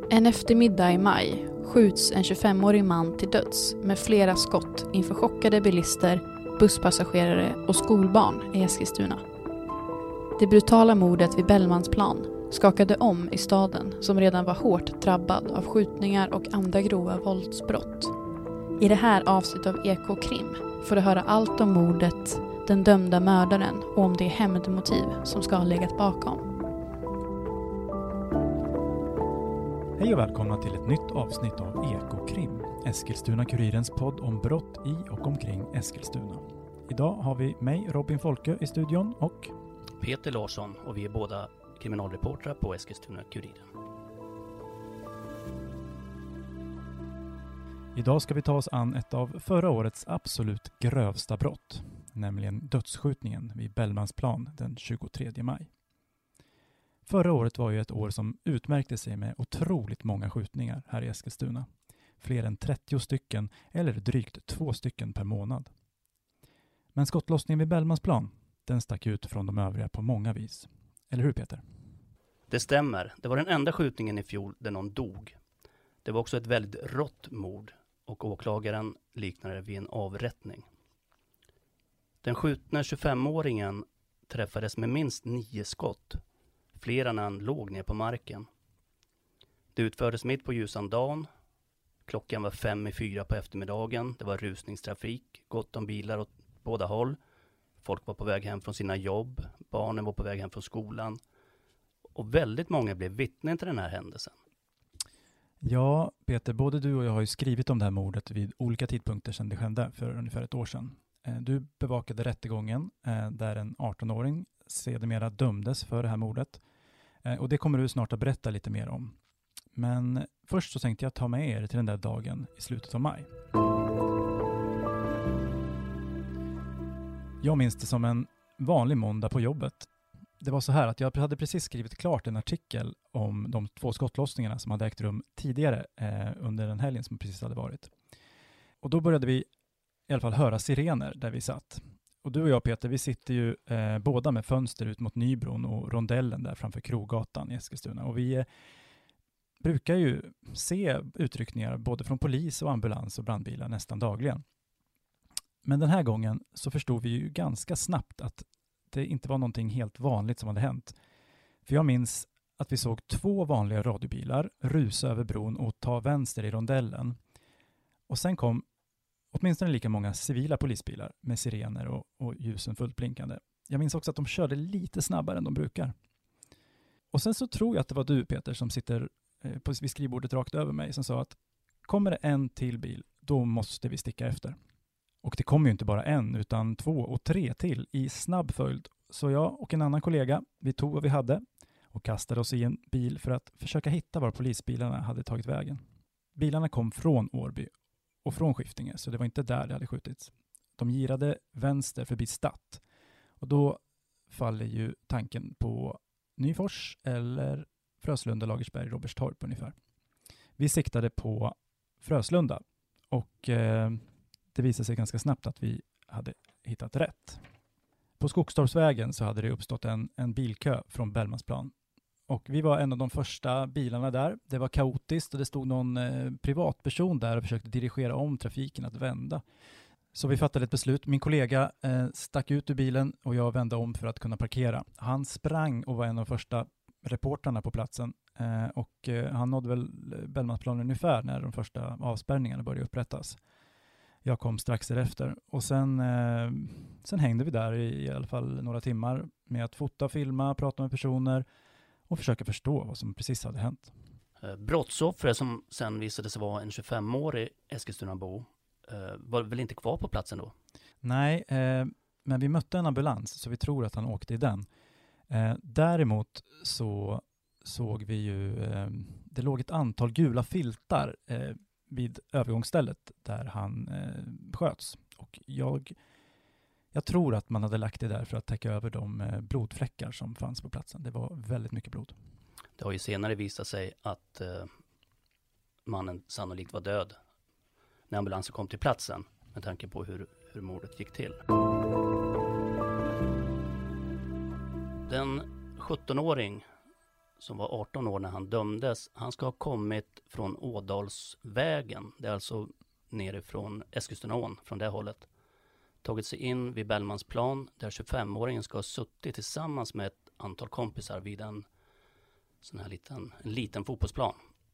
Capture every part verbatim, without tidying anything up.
En eftermiddag i maj skjuts en tjugofemårig man till döds med flera skott inför chockade bilister, busspassagerare och skolbarn i Eskilstuna. Det brutala mordet vid Bellmansplan skakade om i staden som redan var hårt drabbad av skjutningar och andra grova våldsbrott. I det här avsnittet av E K Krim får du höra allt om mordet, den dömda mördaren och om det hämndmotiv som ska ha legat bakom. Hej och välkomna till ett nytt avsnitt av E K Krim, Eskilstuna-Kurirens podd om brott i och omkring Eskilstuna. Idag har vi mig, Robin Folke, i studion och Peter Larsson, och vi är båda kriminalreportrar på Eskilstuna-Kuriren. Idag ska vi ta oss an ett av förra årets absolut grövsta brott, nämligen dödsskjutningen vid Bellmansplan den tjugotredje maj. Förra året var ju ett år som utmärkte sig med otroligt många skjutningar här i Eskilstuna. Fler än trettio stycken eller drygt två stycken per månad. Men skottlossningen vid Bellmansplan, den stack ut från de övriga på många vis. Eller hur, Peter? Det stämmer. Det var den enda skjutningen i fjol där någon dog. Det var också ett väldigt rått mord och åklagaren liknade det vid en avrättning. Den skjutna tjugofemåringen träffades med minst nio skott. Flera när han låg ner på marken. Det utfördes mitt på ljusan dagen. Klockan var fem i fyra på eftermiddagen. Det var rusningstrafik, gott om bilar åt båda håll. Folk var på väg hem från sina jobb. Barnen var på väg hem från skolan. Och väldigt många blev vittnen till den här händelsen. Ja, Peter, både du och jag har ju skrivit om det här mordet vid olika tidpunkter sedan det skedde för ungefär ett år sedan. Du bevakade rättegången där en artonåring sedermera dömdes för det här mordet. Och det kommer du snart att berätta lite mer om. Men först så tänkte jag ta med er till den där dagen i slutet av maj. Jag minns det som en vanlig måndag på jobbet. Det var så här att jag hade precis skrivit klart en artikel om de två skottlossningarna som hade ägt rum tidigare eh, under den helgen som precis hade varit. Och då började vi i alla fall höra sirener där vi satt. Och du och jag, Peter, vi sitter ju eh, båda med fönster ut mot Nybron och rondellen där framför Krogatan i Eskilstuna. Och vi eh, brukar ju se utryckningar både från polis och ambulans och brandbilar nästan dagligen. Men den här gången så förstod vi ju ganska snabbt att det inte var någonting helt vanligt som hade hänt. För jag minns att vi såg två vanliga radiobilar rusa över bron och ta vänster i rondellen. Och sen kom åtminstone lika många civila polisbilar med sirener och, och ljusen fullt blinkande. Jag minns också att de körde lite snabbare än de brukar. Och sen så tror jag att det var du, Peter, som sitter eh, på, vid skrivbordet rakt över mig som sa att kommer det en till bil, då måste vi sticka efter. Och det kom ju inte bara en utan två och tre till i snabb följd. Så jag och en annan kollega, vi tog vad vi hade och kastade oss i en bil för att försöka hitta var polisbilarna hade tagit vägen. Bilarna kom från Årby och från Skiftinge, så det var inte där det hade skjutits. De girade vänster förbi Statt. Och då faller ju tanken på Nyfors eller Fröslunda, Lagersberg, Robertstorp ungefär. Vi siktade på Fröslunda och eh, det visade sig ganska snabbt att vi hade hittat rätt. På Skogstorpsvägen så hade det uppstått en, en bilkö från Bellmansplan. Och vi var en av de första bilarna där. Det var kaotiskt och det stod någon eh, privatperson där och försökte dirigera om trafiken att vända. Så vi fattade ett beslut. Min kollega eh, stack ut ur bilen och jag vände om för att kunna parkera. Han sprang och var en av de första reportrarna på platsen. Eh, och eh, han nådde väl Bellmansplan ungefär när de första avspärrningarna började upprättas. Jag kom strax därefter. Och sen, eh, sen hängde vi där i, i alla fall några timmar med att fota, filma, prata med personer och försöka förstå vad som precis hade hänt. Brottsoffret som sen visade sig vara en tjugofemårig Eskilstunabo var väl inte kvar på platsen då? Nej, eh, men vi mötte en ambulans så vi tror att han åkte i den. Eh, däremot så såg vi ju, eh, det låg ett antal gula filtar eh, vid övergångsstället där han eh, sköts. Och jag, jag tror att man hade lagt det där för att täcka över de eh, blodfläckar som fanns på platsen. Det var väldigt mycket blod. Det har ju senare visat sig att eh, mannen sannolikt var död när ambulansen kom till platsen med tanke på hur, hur mordet gick till. Den sjuttonåring som var arton år när han dömdes, han ska ha kommit från Ådalsvägen. Det är alltså nerifrån Eskilstunaån, från det hållet. Tagit sig in vid Bellmansplan där tjugofemåringen ska ha suttit tillsammans med ett antal kompisar vid en sån här liten, en liten fotbollsplan.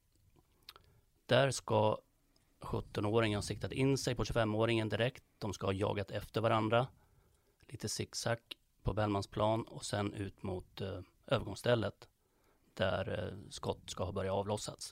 Där ska sjuttonåringen ha siktat in sig på tjugofemåringen direkt. De ska ha jagat efter varandra. Lite zigzag på Bellmansplan och sen ut mot eh, övergångsstället där eh, skott ska ha börjat avlossats.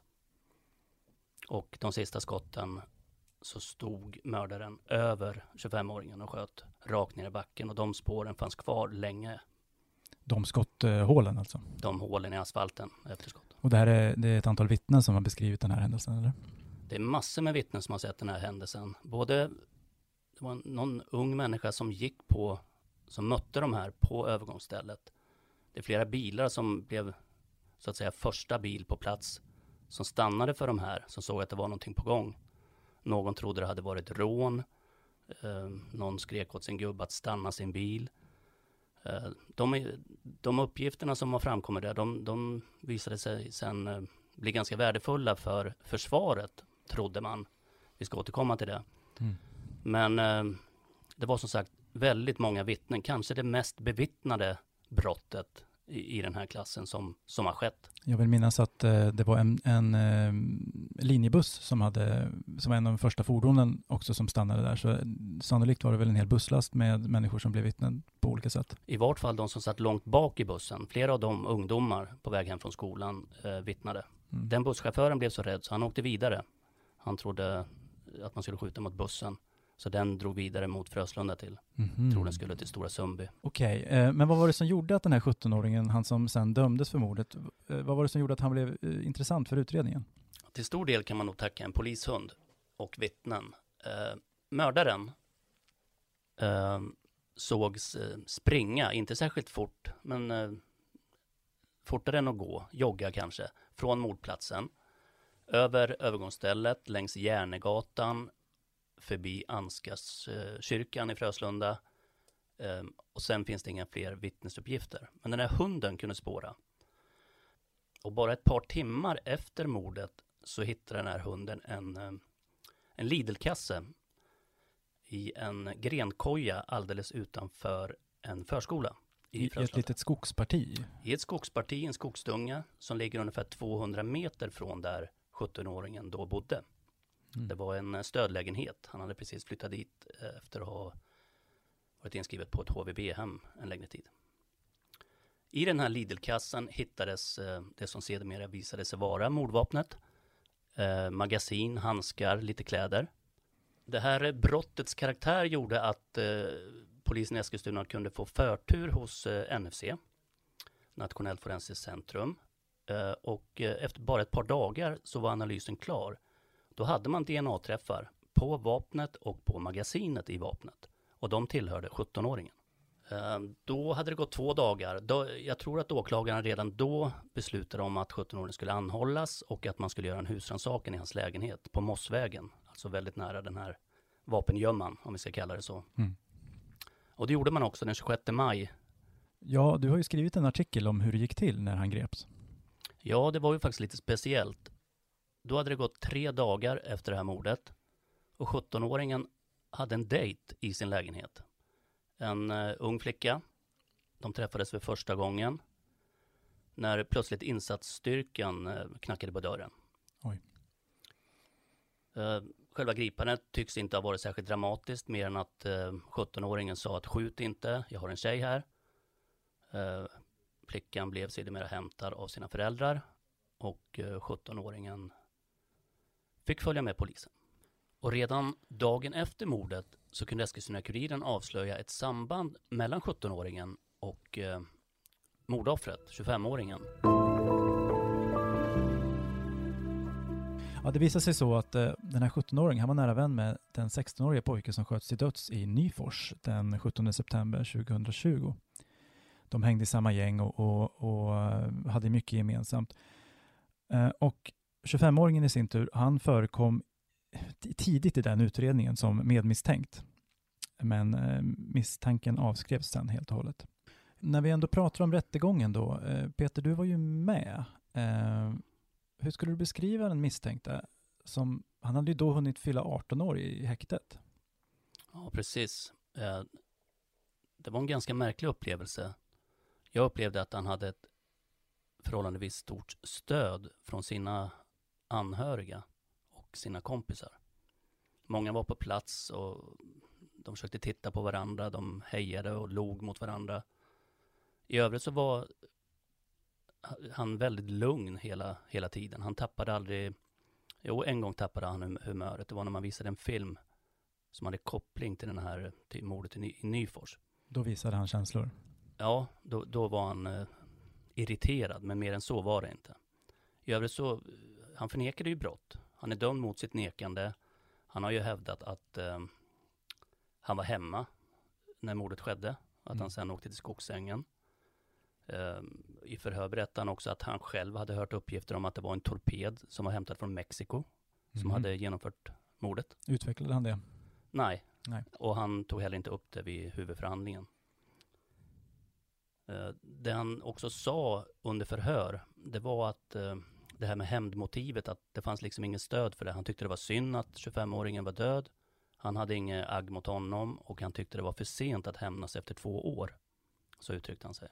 Och de sista skotten så stod mördaren över tjugofemåringen och sköt rakt ner i backen. Och de spåren fanns kvar länge. De skotthålen alltså? De hålen i asfalten efter skott. Och det här är, det är ett antal vittnen som har beskrivit den här händelsen, eller? Det är massor med vittnen som har sett den här händelsen. Både det var någon ung människa som gick på, som mötte de här på övergångsstället. Det är flera bilar som blev så att säga första bil på plats som stannade för de här, som såg att det var någonting på gång. Någon trodde det hade varit rån. Eh, någon skrek åt sin gubbe att stanna sin bil. Eh, de, de uppgifterna som har framkommit där, de, de visade sig sen eh, bli ganska värdefulla för försvaret, trodde man. Vi ska återkomma till det. Mm. Men eh, det var som sagt väldigt många vittnen. Kanske det mest bevittnade brottet i, i den här klassen som, som har skett. Jag vill minnas att eh, det var en, en eh, linjebuss som, hade, som var en av de första fordonen också som stannade där. Så sannolikt var det väl en hel busslast med människor som blev vittnen på olika sätt. I vart fall de som satt långt bak i bussen. Flera av de ungdomar på väg hem från skolan eh, vittnade. Mm. Den busschauffören blev så rädd så han åkte vidare. Han trodde att man skulle skjuta mot bussen. Så den drog vidare mot Fröslunda till. Mm-hmm. Tror den skulle till Stora Sundby. Okej, okay. eh, men vad var det som gjorde att den här sjuttonåringen, han som sen dömdes för mordet, eh, vad var det som gjorde att han blev eh, intressant för utredningen? Till stor del kan man nog tacka en polishund och vittnen. Eh, mördaren eh, sågs eh, springa, inte särskilt fort, men eh, fortare än att gå, jogga kanske, från mordplatsen. Över övergångsstället, längs Järnegatan, förbi Anskas eh, kyrkan i Fröslunda. Eh, och sen finns det inga fler vittnesuppgifter. Men den här hunden kunde spåra. Och bara ett par timmar efter mordet så hittade den här hunden en, eh, en Lidl-kasse i en grenkoja alldeles utanför en förskola. I, I ett litet skogsparti? I ett skogsparti, en skogsdunga som ligger ungefär tvåhundra meter från där sjuttonåringen då bodde. Mm. Det var en stödlägenhet. Han hade precis flyttat dit efter att ha varit inskrivet på ett H V B-hem en längre tid. I den här Lidl-kassan hittades det som sedermera visade sig vara mordvapnet. Eh, magasin, handskar, lite kläder. Det här brottets karaktär gjorde att eh, polisen i Eskilstuna kunde få förtur hos eh, N F C, Nationellt forensiskt centrum. Eh, och eh, efter bara ett par dagar så var analysen klar. Då hade man D N A-träffar på vapnet och på magasinet i vapnet. Och de tillhörde sjuttonåringen. Eh, då hade det gått två dagar. Då, jag tror att åklagaren redan då beslutade om att sjuttonåringen skulle anhållas och att man skulle göra en husrannsakan i hans lägenhet på Mossvägen. Alltså väldigt nära den här vapengömman, om vi ska kalla det så. Mm. Och det gjorde man också den tjugosjätte maj. Ja, du har ju skrivit en artikel om hur det gick till när han greps. Ja, det var ju faktiskt lite speciellt. Då hade det gått tre dagar efter det här mordet. Och sjuttonåringen hade en dejt i sin lägenhet. En uh, ung flicka. De träffades för första gången. När plötsligt insatsstyrkan uh, knackade på dörren. Oj. Uh, själva gripandet tycks inte ha varit särskilt dramatiskt. Mer än att uh, sjuttonåringen sa att skjut inte, jag har en tjej här. Uh, flickan blev sedermera hämtad av sina föräldrar. Och uh, sjuttonåringen fick följa med polisen. Och redan dagen efter mordet så kunde Eskilstuna-Kuriren avslöja ett samband mellan sjuttonåringen och eh, mordoffret, tjugofemåringen. Ja, det visade sig så att eh, den här sjuttonåringen, han var nära vän med den sextonåriga pojke som sköts till döds i Nyfors den sjuttonde september tjugohundratjugo. De hängde i samma gäng och, och, och hade mycket gemensamt. Eh, och tjugofemåringen i sin tur, han förekom tidigt i den utredningen som medmisstänkt. Men eh, misstanken avskrevs sen helt och hållet. när vi ändå pratar om rättegången då, eh, Peter, du var ju med. Eh, hur skulle du beskriva den misstänkta? Som, han hade ju då hunnit fylla arton år i häktet. Ja, precis. Eh, det var en ganska märklig upplevelse. Jag upplevde att han hade ett förhållandevis stort stöd från sina anhöriga och sina kompisar. Många var på plats och de försökte titta på varandra, de hejade och log mot varandra. I övrigt så var han väldigt lugn hela, hela tiden. Han tappade aldrig, jo en gång tappade han humöret. Det var när man visade en film som hade koppling till den här till mordet i, Ny, i Nyfors. Då visade han känslor? Ja, då, då var han eh, irriterad, men mer än så var det inte. I övrigt så, han förnekade ju brott. Han är dömd mot sitt nekande. Han har ju hävdat att eh, han var hemma när mordet skedde. Att Mm. han sedan åkte till Skogsängen. Eh, I förhör berättade han också att han själv hade hört uppgifter om att det var en torped som var hämtad från Mexiko. Som Mhm. hade genomfört mordet. Utvecklade han det? Nej. Nej. Och han tog heller inte upp det vid huvudförhandlingen. Eh, Det han också sa under förhör, det var att eh, det här med hämndmotivet, att det fanns liksom ingen stöd för det. Han tyckte det var synd att tjugofemåringen var död. Han hade inget agg mot honom och han tyckte det var för sent att hämnas efter två år. Så uttryckte han sig.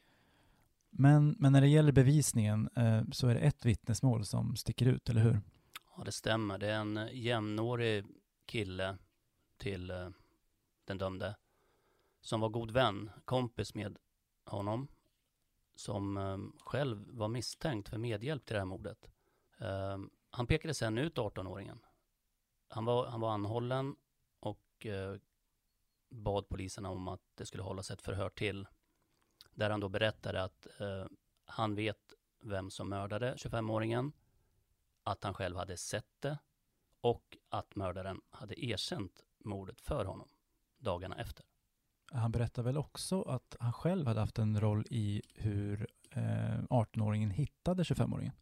Men, men när det gäller bevisningen eh, så är det ett vittnesmål som sticker ut, eller hur? Ja, det stämmer. Det är en jämnårig kille till eh, den dömde som var god vän, kompis med honom, som eh, själv var misstänkt för medhjälp till det här mordet. Eh, han pekade sen ut arton-åringen. Han var, han var anhållen och eh, bad poliserna om att det skulle hållas ett förhör till. Där han då berättade att eh, han vet vem som mördade tjugofemåringen, att han själv hade sett det och att mördaren hade erkänt mordet för honom dagarna efter. Han berättar väl också att han själv hade haft en roll i hur eh, arton-åringen hittade tjugofemåringen.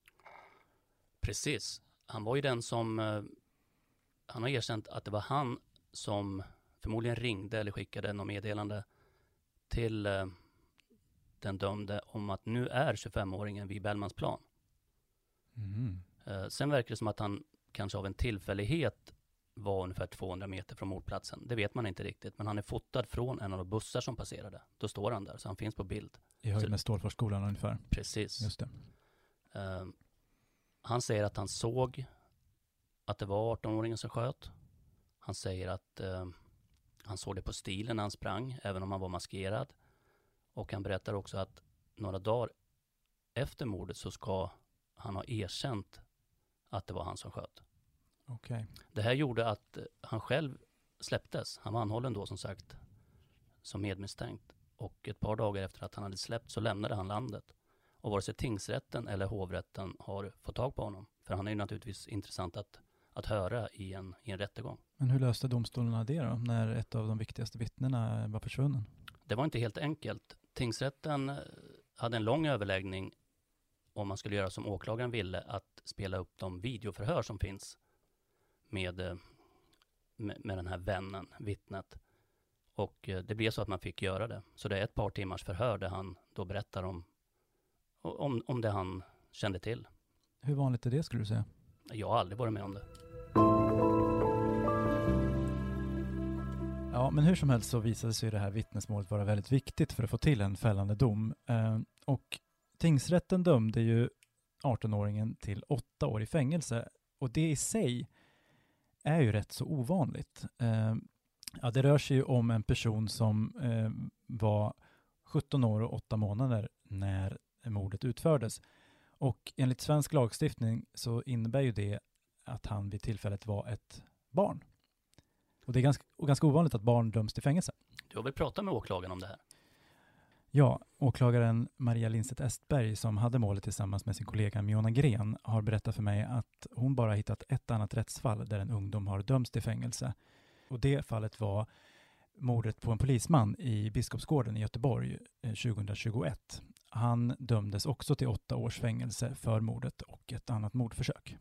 Precis. Han var ju den som, eh, han har erkänt att det var han som förmodligen ringde eller skickade något meddelande till eh, den dömde om att nu är tjugofemåringen vid Bellmansplan. Mm. Eh, sen verkar det som att han kanske av en tillfällighet var ungefär tvåhundra meter från mordplatsen. Det vet man inte riktigt, men han är fotad från en av de bussar som passerade. Då står han där, så han finns på bild. I höjd Så- med Stålforsskolan ungefär. Precis. Just det. Eh, han säger att han såg att det var arton-åringen som sköt. Han säger att eh, han såg det på stilen när han sprang, även om han var maskerad. Och han berättar också att några dagar efter mordet så ska han ha erkänt att det var han som sköt. Okej. Det här gjorde att eh, han själv släpptes. Han var anhållen då som sagt som medmisstänkt. Och ett par dagar efter att han hade släppt så lämnade han landet. Och vare sig tingsrätten eller hovrätten har fått tag på honom. För han är ju naturligtvis intressant att, att höra i en, i en rättegång. Men hur löste domstolarna det då, när ett av de viktigaste vittnena var försvunnen? Det var inte helt enkelt. Tingsrätten eh, hade en lång överläggning om man skulle göra som åklagaren ville, att spela upp de videoförhör som finns med, eh, med, med den här vännen, vittnet. Och eh, det blev så att man fick göra det. Så det är ett par timmars förhör där han då berättar om, om, om det han kände till. Hur vanligt är det, skulle du säga? Jag har aldrig varit med om det. Ja, men hur som helst så visade sig det här vittnesmålet vara väldigt viktigt för att få till en fällande dom. Eh, och tingsrätten dömde ju arton-åringen till åtta år i fängelse. Och det i sig är ju rätt så ovanligt. Eh, ja, det rör sig ju om en person som eh, var sjutton år och åtta månader när mordet utfördes. Och enligt svensk lagstiftning så innebär ju det att han vid tillfället var ett barn. Och det är ganska, och ganska ovanligt att barn döms till fängelse. Du har väl pratat med åklagaren om det här? Ja, åklagaren Maria Lindstedt Estberg som hade målet tillsammans med sin kollega Miona Gren har berättat för mig att hon bara hittat ett annat rättsfall där en ungdom har dömts till fängelse. Och det fallet var mordet på en polisman i Biskopsgården i Göteborg tjugohundratjugoett. Han dömdes också till åtta års fängelse för mordet och ett annat mordförsök.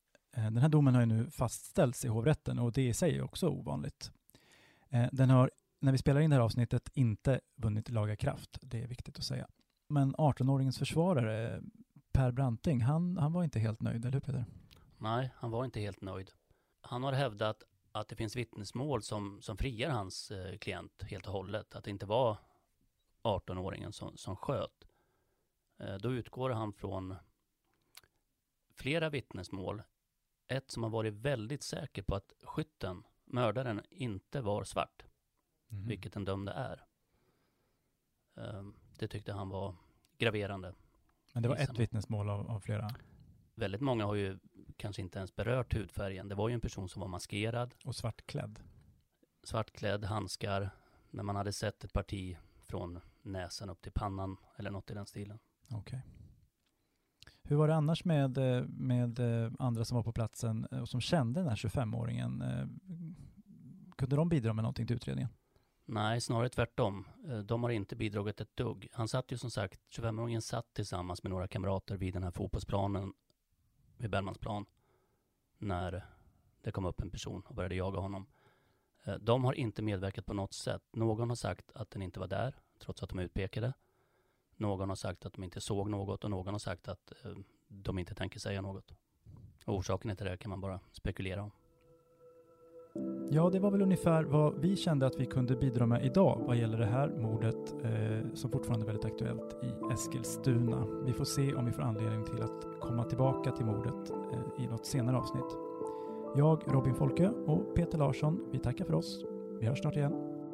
Den här domen har ju nu fastställts i hovrätten och det i sig är också ovanligt. Den har när vi spelar in det här avsnittet inte vunnit laga kraft. Det är viktigt att säga. Men arton-åringens försvarare, Per Branting, han, han var inte helt nöjd, eller hur Peter? Nej, han var inte helt nöjd. Han har hävdat att det finns vittnesmål som, som friar hans eh, klient helt och hållet. Att det inte var arton-åringen som, som sköt. Eh, då utgår han från flera vittnesmål. Ett som har varit väldigt säker på att skytten, mördaren, inte var svart. Mm. Vilket den dömde är. Eh, det tyckte han var graverande. Men det var ett vittnesmål av, av flera? Väldigt många har ju kanske inte ens berört hudfärgen. Det var ju en person som var maskerad. Och svartklädd. Svartklädd, handskar. När man hade sett ett parti från näsan upp till pannan eller något i den stilen. Okej. Okay. Hur var det annars med, med andra som var på platsen och som kände den här tjugofem-åringen? Kunde de bidra med någonting till utredningen? Nej, snarare tvärtom. De har inte bidragit ett dugg. Han satt ju som sagt, tjugofem-åringen satt tillsammans med några kamrater vid den här fotbollsplanen vid Bellmansplan när det kom upp en person och började jaga honom. De har inte medverkat på något sätt. Någon har sagt att den inte var där, trots att de är utpekade. Någon har sagt att de inte såg något och någon har sagt att de inte tänker säga något. Och orsaken till det kan man bara spekulera om. Ja, det var väl ungefär vad vi kände att vi kunde bidra med idag vad gäller det här mordet eh, som fortfarande är väldigt aktuellt i Eskilstuna. Vi får se om vi får anledning till att komma tillbaka till mordet eh, i något senare avsnitt. Jag, Robin Folke och Peter Larsson, vi tackar för oss. Vi hörs snart igen.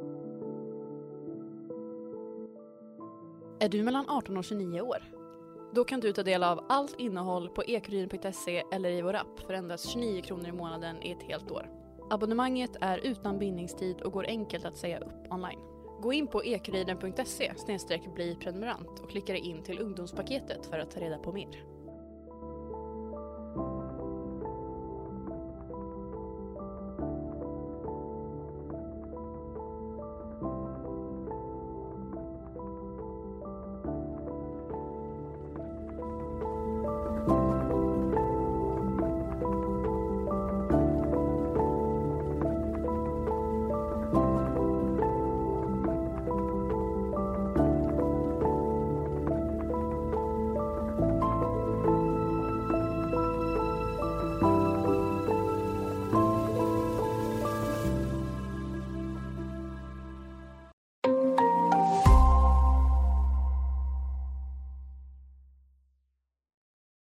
Är du mellan arton och tjugonio år? Då kan du ta del av allt innehåll på ekuriren punkt se eller i vår app för endast tjugonio kronor i månaden i ett helt år. Abonnemanget är utan bindningstid och går enkelt att säga upp online. Gå in på ekuriren punkt se snedstreck bli prenumerant och klicka dig in till ungdomspaketet för att ta reda på mer.